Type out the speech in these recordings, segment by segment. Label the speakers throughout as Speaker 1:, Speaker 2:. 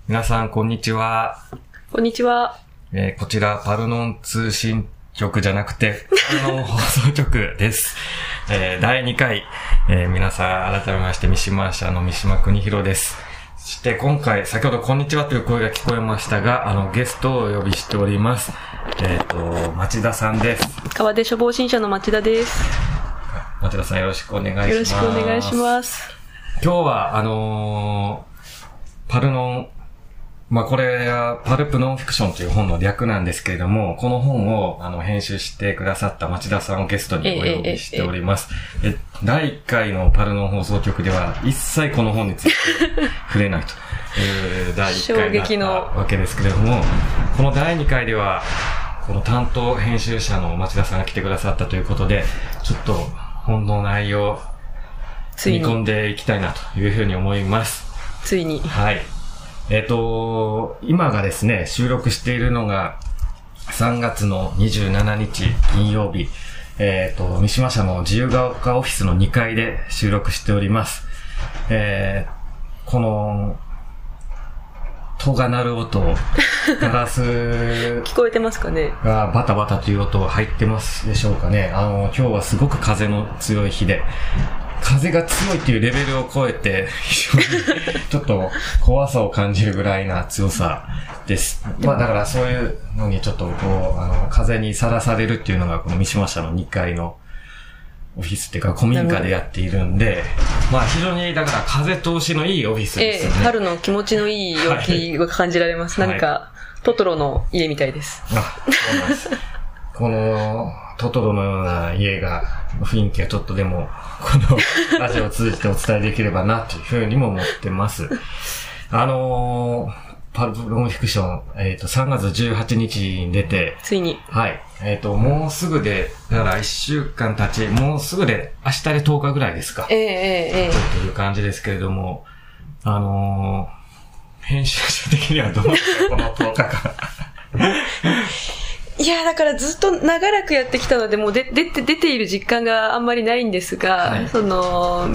Speaker 1: 皆さん、こんにちは。
Speaker 2: こんにちは。
Speaker 1: こちら、パルノン通信局じゃなくて、パルノン放送局です。第2回、皆さん、改めまして、三島社の三島邦弘です。そして、今回、先ほど、こんにちはという声が聞こえましたが、ゲストをお呼びしております。町田さんです。
Speaker 2: 川出処方新社の町田です。
Speaker 1: 町田さん、よろしくお願いします。
Speaker 2: よろしくお願いします。
Speaker 1: 今日は、パルノン、これはパルプノンフィクションという本の略なんですけれども、この本を編集してくださった町田さんをゲストにお呼びしております。第1回のパルノン放送局では一切この本について触れないという第1回だったわけですけれども、この第2回ではこの担当編集者の町田さんが来てくださったということで、ちょっと本の内容を見込んでいきたいなというふうに思います。
Speaker 2: ついに。
Speaker 1: はい。今がですね、収録しているのが3月の27日金曜日、三島社の自由が丘オフィスの2階で収録しております。この、戸が鳴る音、ガラス
Speaker 2: 聞こえてますかね
Speaker 1: がバタバタという音入ってますでしょうかね。今日はすごく風の強い日で、風が強いっていうレベルを超えて、非常にちょっと怖さを感じるぐらいな強さです。だからそういうのにちょっと風にさらされるっていうのがこの三島社の2階のオフィスっていうか古民家でやっているんで、非常にだから風通しのいいオフィスですよね。
Speaker 2: 春の気持ちのいい陽気が感じられます。はい、なんか、トトロの家みたいです。
Speaker 1: そうなんです。このトトロのような家が、雰囲気がちょっとでも、このラジオを通じてお伝えできればなというふうにも思ってます。パルプノンフィクション、3月18日に出て、
Speaker 2: ついに。
Speaker 1: はい。もうすぐで、だから1週間経ち、もうすぐで、明日で10日ぐらいですか。という感じですけれども、編集者的にはどうですか、この10日間。
Speaker 2: いや、だからずっと長らくやってきたので、もう出ている実感があんまりないんですが、はい、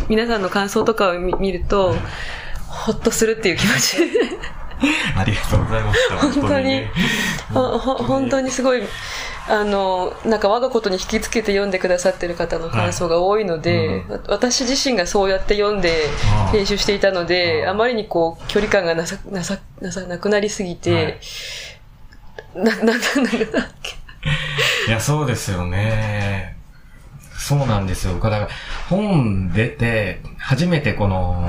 Speaker 2: 皆さんの感想とかを見ると、ほっとするっていう気持ち。
Speaker 1: ありがとうございました。
Speaker 2: 本当にすごい、なんか我がことに引きつけて読んでくださってる方の感想が多いので、私自身がそうやって読んで編集していたので、あまりにこう、距離感がなくなりすぎて、なんだっけ。
Speaker 1: いや、そうですよね。そうなんですよ。だから、本出て、初めてこの、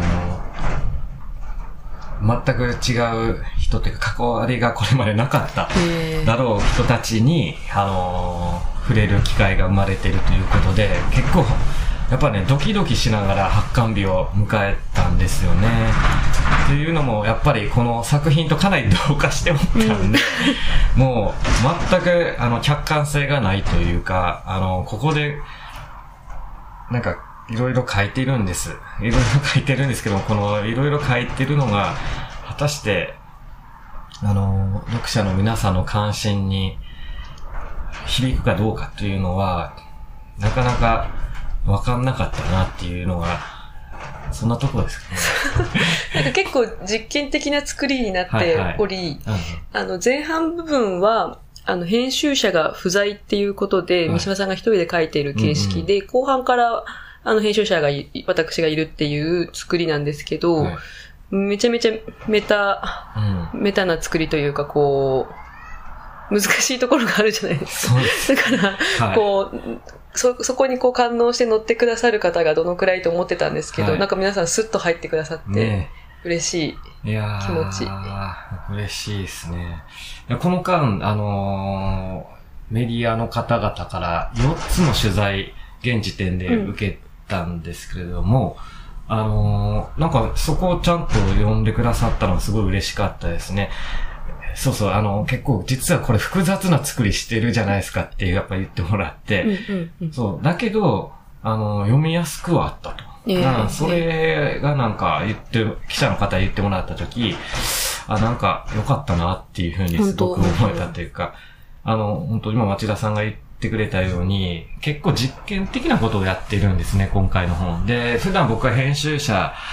Speaker 1: 全く違う人というか、関わりがこれまでなかっただろう人たちに、触れる機会が生まれているということで、結構、やっぱね、ドキドキしながら発刊日を迎えたんですよね。っていうのも、やっぱりこの作品とかなり同化しておったんで、もう全く客観性がないというか、ここで、なんか、いろいろ書いてるんです。いろいろ書いてるんですけども、このいろいろ書いてるのが、果たして、読者の皆さんの関心に響くかどうかというのは、なかなか、分かんなかったなっていうのが、そんなところですかね。
Speaker 2: なんか結構実験的な作りになっており、前半部分は、編集者が不在っていうことで、三島さんが一人で書いている形式で、後半から、編集者が私がいるっていう作りなんですけど、めちゃめちゃメタな作りというか、こう、難しいところがあるじゃないですか。だから、こう、そこにこう感応して乗ってくださる方がどのくらいと思ってたんですけど、なんか皆さんスッと入ってくださって、嬉しい気持ち。
Speaker 1: 嬉しいですね。この間、メディアの方々から4つの取材、現時点で受けたんですけれども、なんかそこをちゃんと読んでくださったのがすごい嬉しかったですね。そうそう、結構実はこれ複雑な作りしてるじゃないですかってやっぱ言ってもらって、そう、だけど、読みやすくはあったと。それがなんか記者の方言ってもらったとき、なんか良かったなっていうふうにすごく思えたというか、本当今町田さんが言ってくれたように、結構実験的なことをやってるんですね、今回の本。で、普段僕は編集者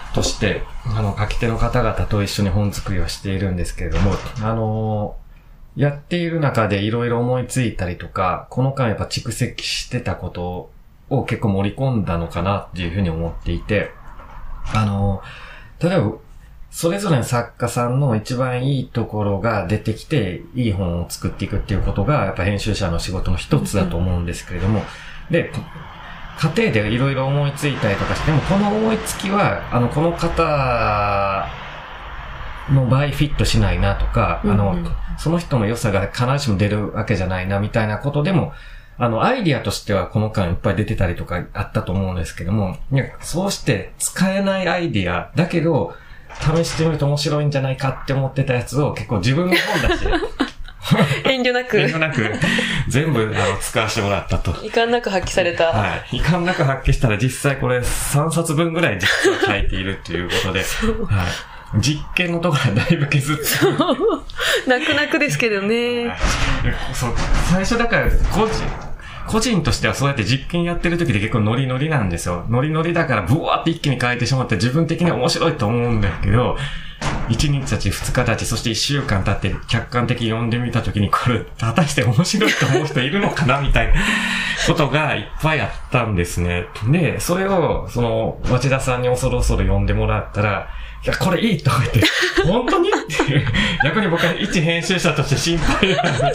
Speaker 1: として、書き手の方々と一緒に本作りはしているんですけれども、やっている中でいろいろ思いついたりとか、この間やっぱ蓄積してたことを結構盛り込んだのかなっていうふうに思っていて、例えば、それぞれの作家さんの一番いいところが出てきて、いい本を作っていくっていうことが、やっぱ編集者の仕事の一つだと思うんですけれども、で、家庭でいろいろ思いついたりとかしても、この思いつきは、この方の場合フィットしないなとか、その人の良さが必ずしも出るわけじゃないなみたいなことでも、アイディアとしてはこの間いっぱい出てたりとかあったと思うんですけども、そうして使えないアイディアだけど、試してみると面白いんじゃないかって思ってたやつを結構自分の本だし、
Speaker 2: 遠慮なく
Speaker 1: 全部使わせてもらったと。
Speaker 2: 遺憾なく発揮された。
Speaker 1: はい。遺憾なく発揮したら実際これ3冊分ぐらい実は書いているっていうことで、はい。実験のところはだいぶ削って。
Speaker 2: そう。泣く泣くですけどね。
Speaker 1: そう。最初だから個人としてはそうやって実験やってる時で結構ノリノリなんですよ。ノリノリだからブワーって一気に変えてしまって自分的には面白いと思うんだけど、1日たち2日たちそして1週間経って客観的に読んでみた時にこれ果たして面白いと思う人いるのかなみたいなことがいっぱいあったんですね。で、それを町田さんに恐る恐る読んでもらったら、いや、これいいとか言って、本当にっていう、逆に僕は一編集者として心配だみたいな、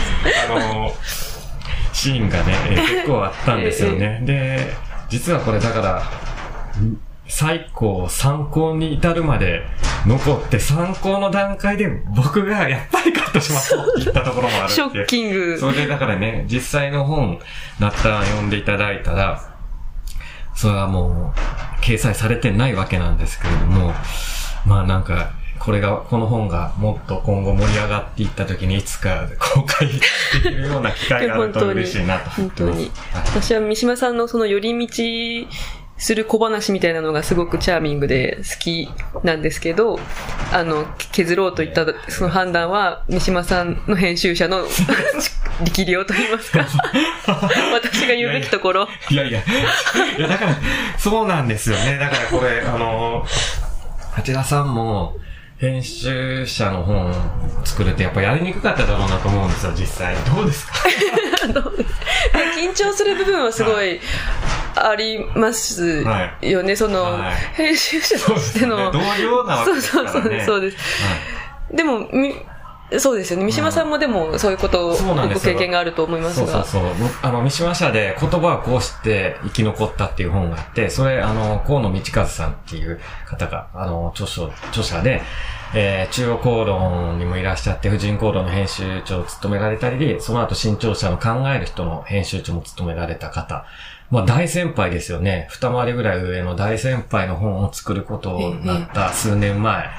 Speaker 1: シーンがね、結構あったんですよね。で、実はこれだから、最高参考に至るまで残って参考の段階で僕がやっぱりカットしますと言ったところもあるって。
Speaker 2: ショッキング。
Speaker 1: それでだからね、実際の本だったら読んでいただいたら、それはもう掲載されてないわけなんですけれども、まあなんか、この本がもっと今後盛り上がっていった時にいつか公開できるような機会があると嬉しいなと。
Speaker 2: 本当に。私は三島さんのその寄り道する小話みたいなのがすごくチャーミングで好きなんですけど、削ろうといったその判断は三島さんの編集者の力量と言いますか私が言うべきところ。
Speaker 1: いや、だから、そうなんですよね。だからこれ、町田さんも、編集者の本を作るってやっぱやりにくかっただろうなと思うんですよ、実際。どうですか
Speaker 2: 緊張する部分はすごいありますよね、編集者としての。
Speaker 1: 同僚なわけですからね。
Speaker 2: そうです。でも、そうですよね。三島さんもでもそういうことをご経験があると思いますが。
Speaker 1: そう。三島社で言葉をこうして生き残ったっていう本があって、それ、河野道和さんっていう方が、著者で、中央公論にもいらっしゃって、婦人公論の編集長を務められたり、その後新潮社の考える人の編集長も務められた方。まあ大先輩ですよね。二回りぐらい上の大先輩の本を作ることになった数年前。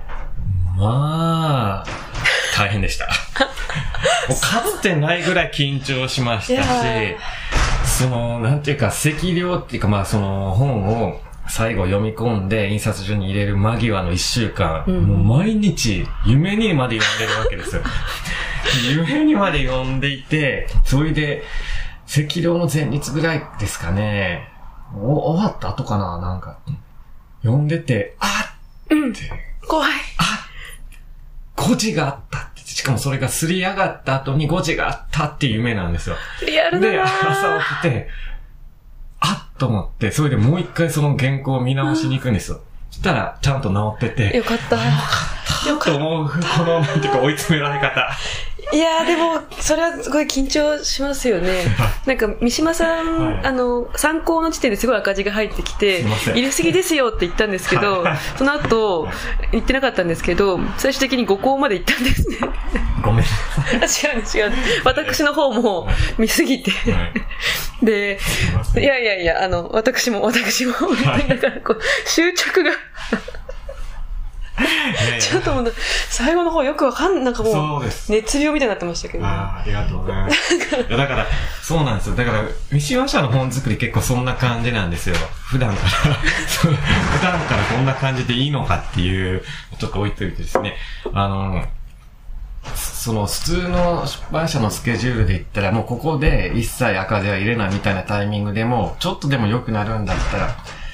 Speaker 1: まあ、大変でした。もうかつてないぐらい緊張しましたし、なんていうか、積量っていうか、まあ本を最後読み込んで印刷所に入れる間際の1週間、もう毎日夢にまで読んでるわけですよ。夢にまで読んでいて、それで、積量の前日ぐらいですかね、終わった後かな、なんか、読んでて、あっって、
Speaker 2: 怖い。
Speaker 1: 誤字があったって。しかもそれがすり上がった後に誤字があったっていう夢なんですよ。
Speaker 2: リアルだな。
Speaker 1: で、朝起きて、あっと思って、それでもう一回その原稿を見直しに行くんですよ。そしたら、ちゃんと直ってて。
Speaker 2: よかった。
Speaker 1: と思う、この、なんていうか追い詰められ方。
Speaker 2: いやーでも、それはすごい緊張しますよね。なんか、三島さん、参考の時点ですごい赤字が入ってきて、入れすぎですよって言ったんですけど、その後、言ってなかったんですけど、最終的に5項まで行ったんですね。
Speaker 1: ごめん。違う。
Speaker 2: 私の方も見すぎて。で、いや、私も、だからこう、執着が、ちょっともう最後の方よくわかんなんかもう熱病みたいになってましたけど、
Speaker 1: ありがとうね。だからそうなんですよ。だから三島社の本作り結構そんな感じなんですよ。普段からこんな感じでいいのかっていうちょっと置いといてですね。普通の出版社のスケジュールで言ったらもうここで一切赤字は入れないみたいなタイミングでもちょっとでも良くなるんだったら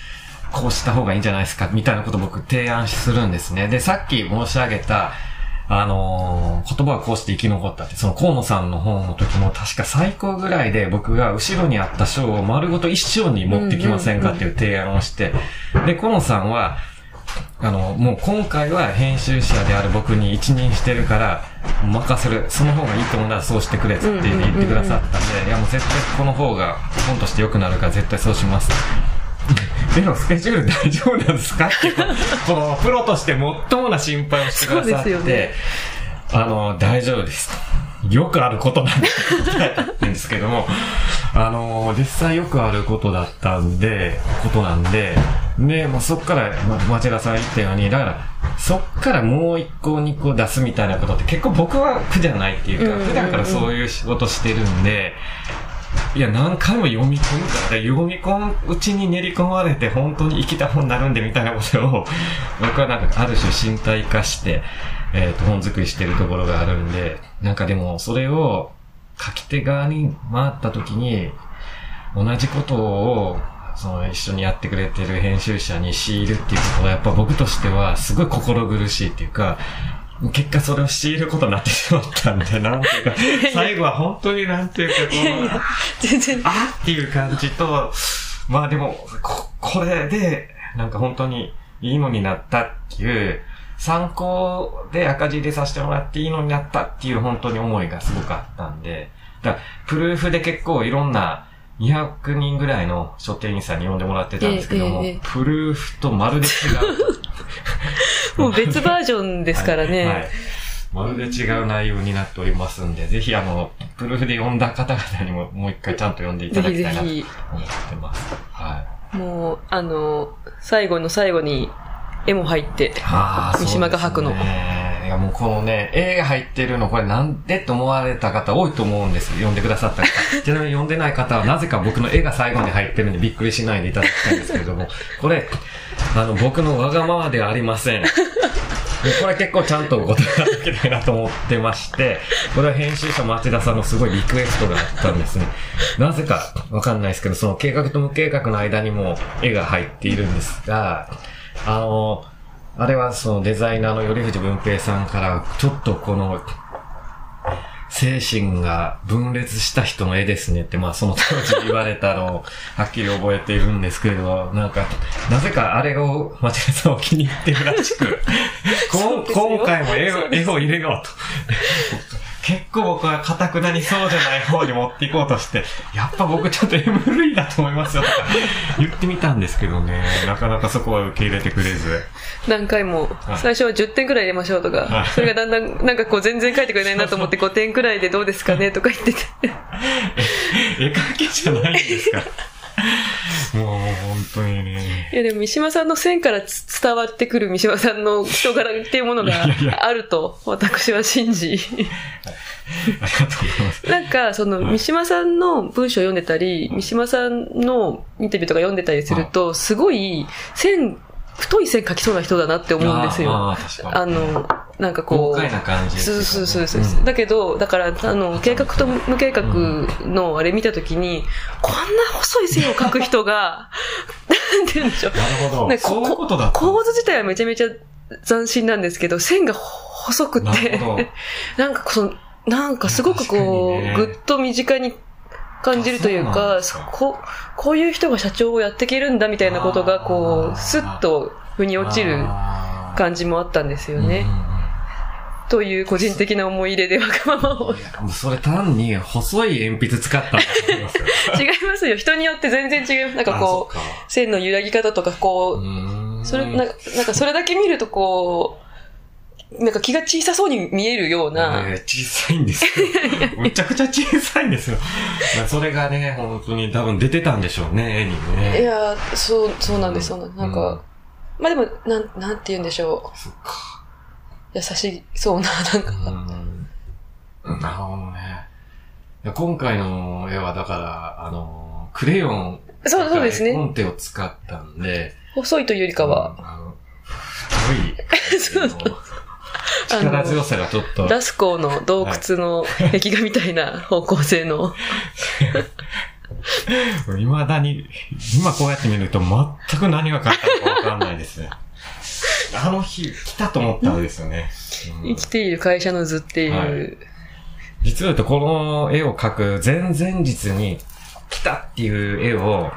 Speaker 1: こうした方がいいんじゃないですかみたいなことを僕提案するんですね。で、さっき申し上げた、言葉はこうして生き残ったって、その河野さんの本の時も確か最高ぐらいで僕が後ろにあった章を丸ごと一章に持ってきませんかっていう提案をして、で、河野さんは、もう今回は編集者である僕に一任してるから任せる。その方がいいと思うならそうしてくれって言ってくださったんで、いやもう絶対この方が本として良くなるから絶対そうします。でもスケジュール大丈夫なんですかってこのプロとして最もな心配をしてくださって、ね、大丈夫ですと。よくあることなんですけども、実際よくあることだったんで、で、もうそっから、町田さん言ったように、だから、そっからもう1個2個出すみたいなことって結構僕は苦じゃないっていうか、普段からそういう仕事してるんで、いや、何回も読み込むから、読み込むうちに練り込まれて本当に生きた本になるんでみたいなことを、僕はなんかある種身体化して、本作りしてるところがあるんで、なんかでもそれを書き手側に回った時に、同じことを、一緒にやってくれてる編集者に強いるっていうことはやっぱ僕としてはすごい心苦しいっていうか、結果それを強いることになってしまったんで、なんていうか、最後は本当になんていうか、
Speaker 2: 全然
Speaker 1: あっていう感じと、まあでも、これで、なんか本当にいいのになったっていう、参考で赤字入れさせてもらっていいのになったっていう本当に思いがすごくあったんで、だからプルーフで結構いろんな200人ぐらいの書店員さんに読んでもらってたんですけども、プルーフとまるで違
Speaker 2: う。もう別バージョンですからね。
Speaker 1: はい。まるで違う内容になっておりますんで、ぜひプルーフで読んだ方々にももう一回ちゃんと読んでいただきたいなと思ってます。はい。
Speaker 2: もう、最後の最後に絵も入って、三島画伯の。
Speaker 1: いやもうこのね、絵が入ってるの、これなんでって思われた方多いと思うんです。読んでくださった方。ちなみに読んでない方はなぜか僕の絵が最後に入ってるんでびっくりしないでいただきたいんですけれども、これ、僕のわがままではありません。これ結構ちゃんとご答えなきゃいけないなと思ってまして、これは編集者町田さんのすごいリクエストがあったんですね。なぜかわかんないですけど、その計画と無計画の間にも絵が入っているんですが、あれはそのデザイナーの頼藤文平さんからちょっとこの精神が分裂した人の絵ですねって、まあその当時言われたのをはっきり覚えているんですけれど、なんか、なぜかあれを町田さんを気に入ってるらしく、今回も絵を入れようと。結構僕は堅くなりそうじゃない方に持っていこうとして、やっぱ僕ちょっと M 類だと思いますよとか言ってみたんですけどね、なかなかそこは受け入れてくれず。
Speaker 2: 何回も、最初は10点くらい入れましょうとか、それがだんだんなんかこう全然書いてくれないなと思って5点くらいでどうですかねとか言ってて。
Speaker 1: 絵描きじゃないんですか。もう本当にね。
Speaker 2: いやでも三島さんの線から伝わってくる三島さんの人柄っていうものがあると私は信じ。
Speaker 1: ありがとうございます。
Speaker 2: なんか三島さんの文章を読んでたり、三島さんのインタビューとか読んでたりすると、すごい太い線描きそうな人だなって思うんですよ。なんかこう。
Speaker 1: 豪快な感じ。
Speaker 2: そう。だけど、だから、計画と無計画のあれ見たときに、こんな細い線を描く人が、なんて言うんでしょう。
Speaker 1: なるほど。そういうことだ。
Speaker 2: 構図自体はめちゃめちゃ斬新なんですけど、線が細くて、なんかすごくこう、ぐっと身近に感じるというか、こういう人が社長をやっていけるんだみたいなことが、こう、スッと腑に落ちる感じもあったんですよね。という個人的な思い入れでわがままを。
Speaker 1: それ単に細い鉛筆使ったんだと思いますよ。
Speaker 3: 違いますよ。人によって全然違う。なんかこう、線の揺らぎ方とかこう、それ、なんかそれだけ見るとこう、なんか気が小さそうに見えるような。
Speaker 1: 小さいんですよ。むちゃくちゃ小さいんですよ。それがね、本当に多分出てたんでしょうね、絵にね。
Speaker 3: いや、そうなんです、そうなんです。なんか、まあでも、なんて言うんでしょう。
Speaker 1: そっか。
Speaker 3: 優しそうな、なんか。
Speaker 1: なるほどね。今回の絵はだから、クレヨン。
Speaker 3: そうですね。
Speaker 1: コンテを使ったんで。
Speaker 3: 細いというよりかは。
Speaker 1: 太い。力強さがちょっと。
Speaker 3: ラスコーの洞窟の壁画みたいな方向性の。
Speaker 1: 未だに、今こうやって見ると全く何が書いたのかわかんないですね。あの日来たと思ったんですよね。
Speaker 2: 生きている会社の図っていう。はい、
Speaker 1: 実は言うとこの絵を描く前々日に来たっていう絵を、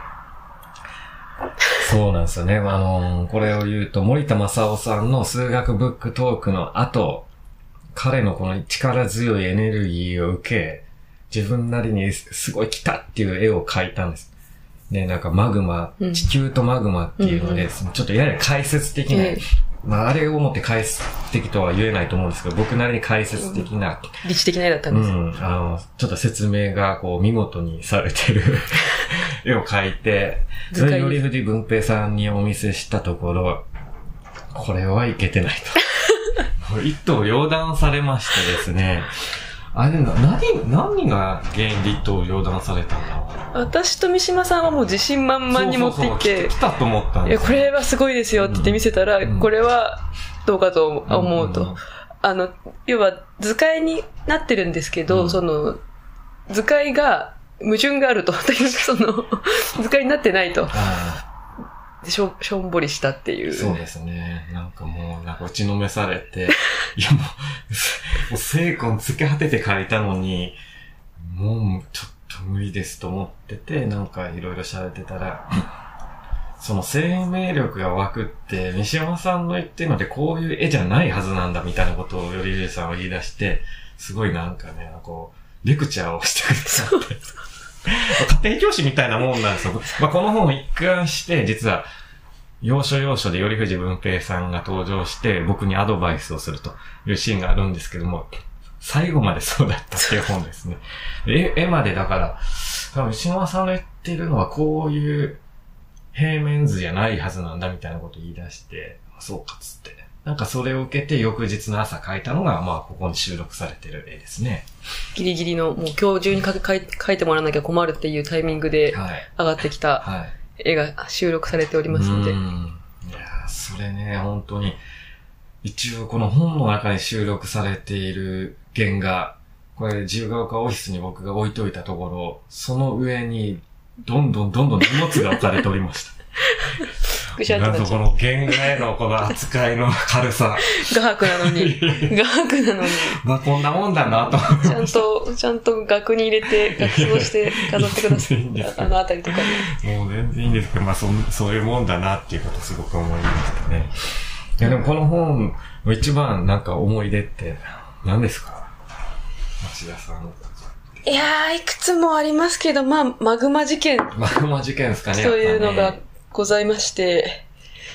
Speaker 1: そうなんですよね。これを言うと森田正夫さんの数学ブックトークの後、彼のこの力強いエネルギーを受け、自分なりにすごい来たっていう絵を描いたんです。ね、なんかマグマ、地球とマグマっていうので、ちょっとやや解説的な、まああれをもって解説的とは言えないと思うんですけど、僕なりに解説的な、
Speaker 2: 理知的な絵だったんです。
Speaker 1: ちょっと説明がこう見事にされてる絵を描いて、それ頼藤文平さんにお見せしたところ、これはいけてないと。一刀両断されましてですね、あれ何が原因で一刀両断されたんだろう。
Speaker 2: 私と三島さんはもう自信満々に持っていって、
Speaker 1: 来たと思ったんです。
Speaker 2: いや、これはすごいですよって言って見せたら、これはどうかと思うと。要は図解になってるんですけど、その、図解が矛盾があると。その、図解になってないと。しょんぼりしたっていう。
Speaker 1: そうですね。なんかもう、打ちのめされて、いやもう精魂つけ果てて書いたのに、もうちょっと無理ですと思ってて、なんかいろいろ喋ってたら、その生命力が湧くって、三島さんの言ってるのでこういう絵じゃないはずなんだみたいなことを頼藤さんは言い出して、すごいなんかね、こう、レクチャーをしてくれたって。家庭教師みたいなもんなんですよ。まあ、この本を一貫して、実は、要所要所で頼藤文平さんが登場して、僕にアドバイスをするというシーンがあるんですけども、最後までそうだったっていう本ですね。絵までだから、多分石川さんの言ってるのはこういう平面図じゃないはずなんだみたいなことを言い出して、そうかっつって。なんかそれを受けて翌日の朝描いたのが、まあここに収録されてる絵ですね。
Speaker 2: ギリギリの、もう今日中に描いてもらわなきゃ困るっていうタイミングで上がってきた絵が収録されておりますので。いや
Speaker 1: それね、本当に、一応この本の中に収録されている原画、これ自由が丘オフィスに僕が置いといたところ、その上にどんどん荷物が置かれておりました。なんとこの原画へのこの扱いの軽さ。
Speaker 2: 画伯なのに。
Speaker 1: まあこんなもんだなと思
Speaker 2: って。ちゃんと額に入れて、額装して飾ってください。あのあたりとか
Speaker 1: に。もう全然いいんですけど、まあそういうもんだなっていうことすごく思いましたね。いやでもこの本の一番なんか思い出って何ですか？町田さん。
Speaker 2: いやー、いくつもありますけど、まあ、マグマ事件。
Speaker 1: マグマ事件ですかね。
Speaker 2: というのがございまして。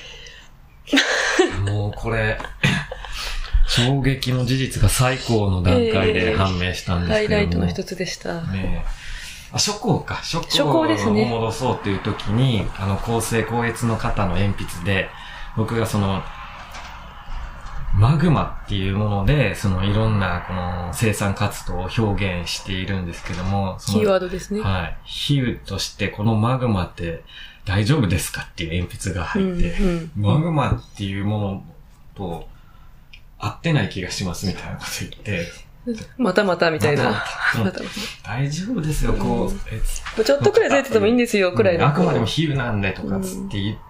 Speaker 1: もうこれ、衝撃の事実が最高の段階で判明したんですけども、
Speaker 2: ハイライトの一つでした。
Speaker 1: 初稿か。初稿を戻そうっていう時に、高越の方の鉛筆で、僕がその、マグマっていうもので、いろんなこの生産活動を表現しているんですけども、
Speaker 2: キーワードですね。
Speaker 1: はい。比喩としてこのマグマって大丈夫ですかっていう鉛筆が入って、マグマっていうものと合ってない気がしますみたいなこと言って、
Speaker 2: またまたみたいな。
Speaker 1: 大丈夫ですよ、こう。
Speaker 2: ちょっとくらいずれててもいいんですよ、くらいの。
Speaker 1: あくまでも比喩なんでとかつって言って、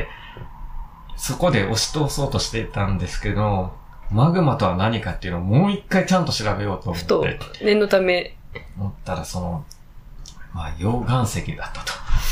Speaker 1: そこで押し通そうとしてたんですけど、マグマとは何かっていうのをもう一回ちゃんと調べようと思って。
Speaker 2: ふと、念のため。
Speaker 1: 思ったらまあ、溶岩石だったと。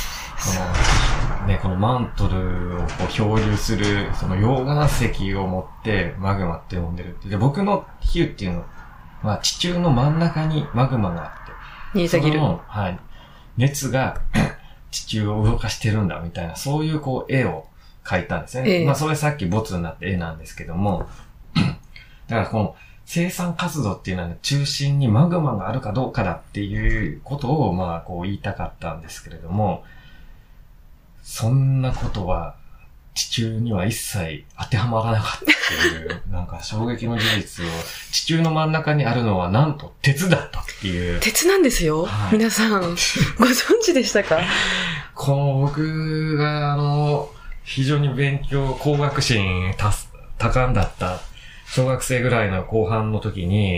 Speaker 1: このマントルをこう漂流する、溶岩石を持ってマグマって呼んでるって。で、僕の比喩っていうのは、地球の真ん中にマグマがあって。
Speaker 2: 煮えたぎる。
Speaker 1: はい。熱が地球を動かしてるんだみたいな、そういうこう絵を描いたんですね。まあそれさっきボツになって絵なんですけども、だからこの生産活動っていうのは、中心にマグマがあるかどうかだっていうことをまあこう言いたかったんですけれども、そんなことは地球には一切当てはまらなかったっていう、なんか衝撃の事実を、地球の真ん中にあるのはなんと鉄だったっていう。
Speaker 2: 鉄なんですよ、はい、皆さん。ご存知でしたか？
Speaker 1: 僕が非常に工学心多感だった小学生ぐらいの後半の時に、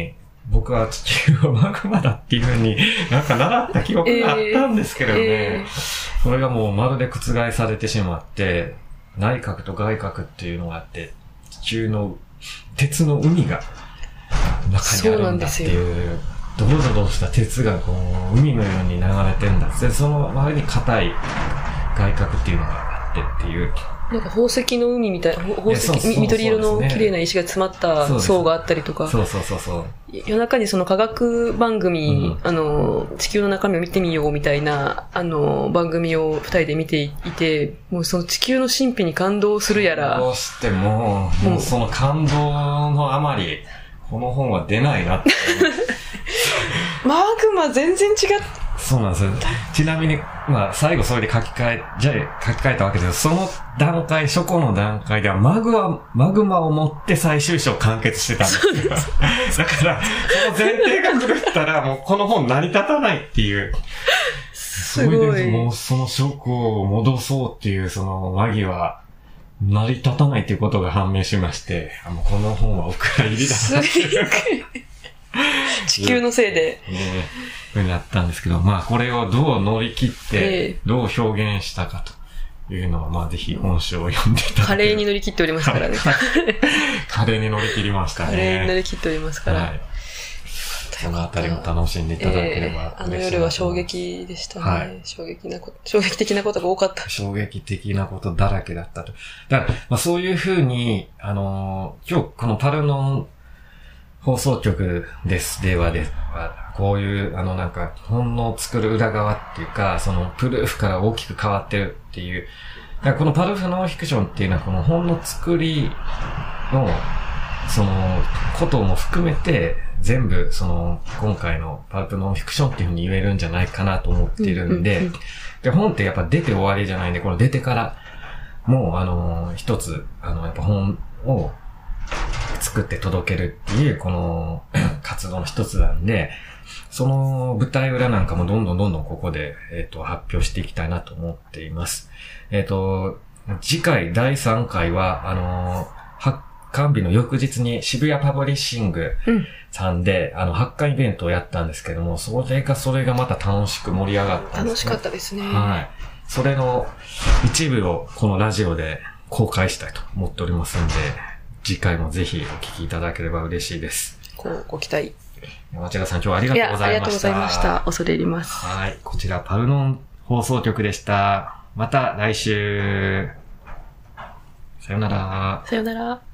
Speaker 1: 僕は地球はマグマだっていう風になんか習った記憶があったんですけどね、それがもうまるで覆されてしまって、内核と外核っていうのがあって、地球の鉄の海が中にあるんだっていう、ドロドロした鉄がこう海のように流れてんだ。で、その周りに硬い外核っていうのがあってっていう。
Speaker 2: なんか宝石の海みたいな、宝石、緑色の綺麗な石が詰まった層があったりとか。
Speaker 1: そう。
Speaker 2: 夜中にその科学番組、地球の中身を見てみようみたいな、番組を二人で見ていて、もうその地球の神秘に感動するやら。
Speaker 1: どうしてもうその感動のあまり、この本は出ないなって。
Speaker 2: マグマ全然違った。
Speaker 1: そうなんですよ。ちなみに、まあ、最後それで書き換えたわけですけど、その段階、初歩の段階ではマグマを持って最終章を完結してたんですよ。だから、その前提が狂ったら、もうこの本成り立たないっていう。
Speaker 2: すごい。
Speaker 1: それでもうその初歩を戻そうっていう、そのマギは、成り立たないっていうことが判明しまして、もうこの本はお蔵入りだなっていう。
Speaker 2: 地球のせいで。
Speaker 1: ふうになったんですけど、まあこれをどう乗り切って、どう表現したかというのは、まあぜひ本書を読んでいただければ。
Speaker 2: 華麗に乗り切っておりますからね。
Speaker 1: 華麗に乗り切りましたね。
Speaker 2: 華麗に乗り切っておりますから。はい。
Speaker 1: そのあたりも楽しんでいただければ、
Speaker 2: あの夜は衝撃でしたね。はい、衝撃的なことが多かった。
Speaker 1: 衝撃的なことだらけだったと。だから、まあそういうふうに、今日このパルノン放送局です。では、こういう、なんか、本の作る裏側っていうか、その、プルーフから大きく変わってるっていう。だからこのパルプノンフィクションっていうのは、この本の作りの、その、ことも含めて、全部、その、今回のパルプノンフィクションっていうふうに言えるんじゃないかなと思っているんで、で、本ってやっぱ出て終わりじゃないんで、この出てから、もう、一つ、やっぱ本を、作って届けるっていう、この活動の一つなんで、その舞台裏なんかもどんどんここで、発表していきたいなと思っています。次回第3回は、発刊日の翌日に渋谷パブリッシングさんで、発刊イベントをやったんですけども、それがまた楽しく盛り上がったんですね。
Speaker 2: 楽しかったですね。
Speaker 1: はい。それの一部をこのラジオで公開したいと思っておりますんで、次回もぜひお聞きいただければ嬉しいです。
Speaker 2: ご期待。
Speaker 1: 町田さん、今日はありがとうございました。
Speaker 2: ありがとうございました。恐れ入ります。
Speaker 1: はい。こちら、パルノン放送局でした。また来週。さよなら。
Speaker 2: さよなら。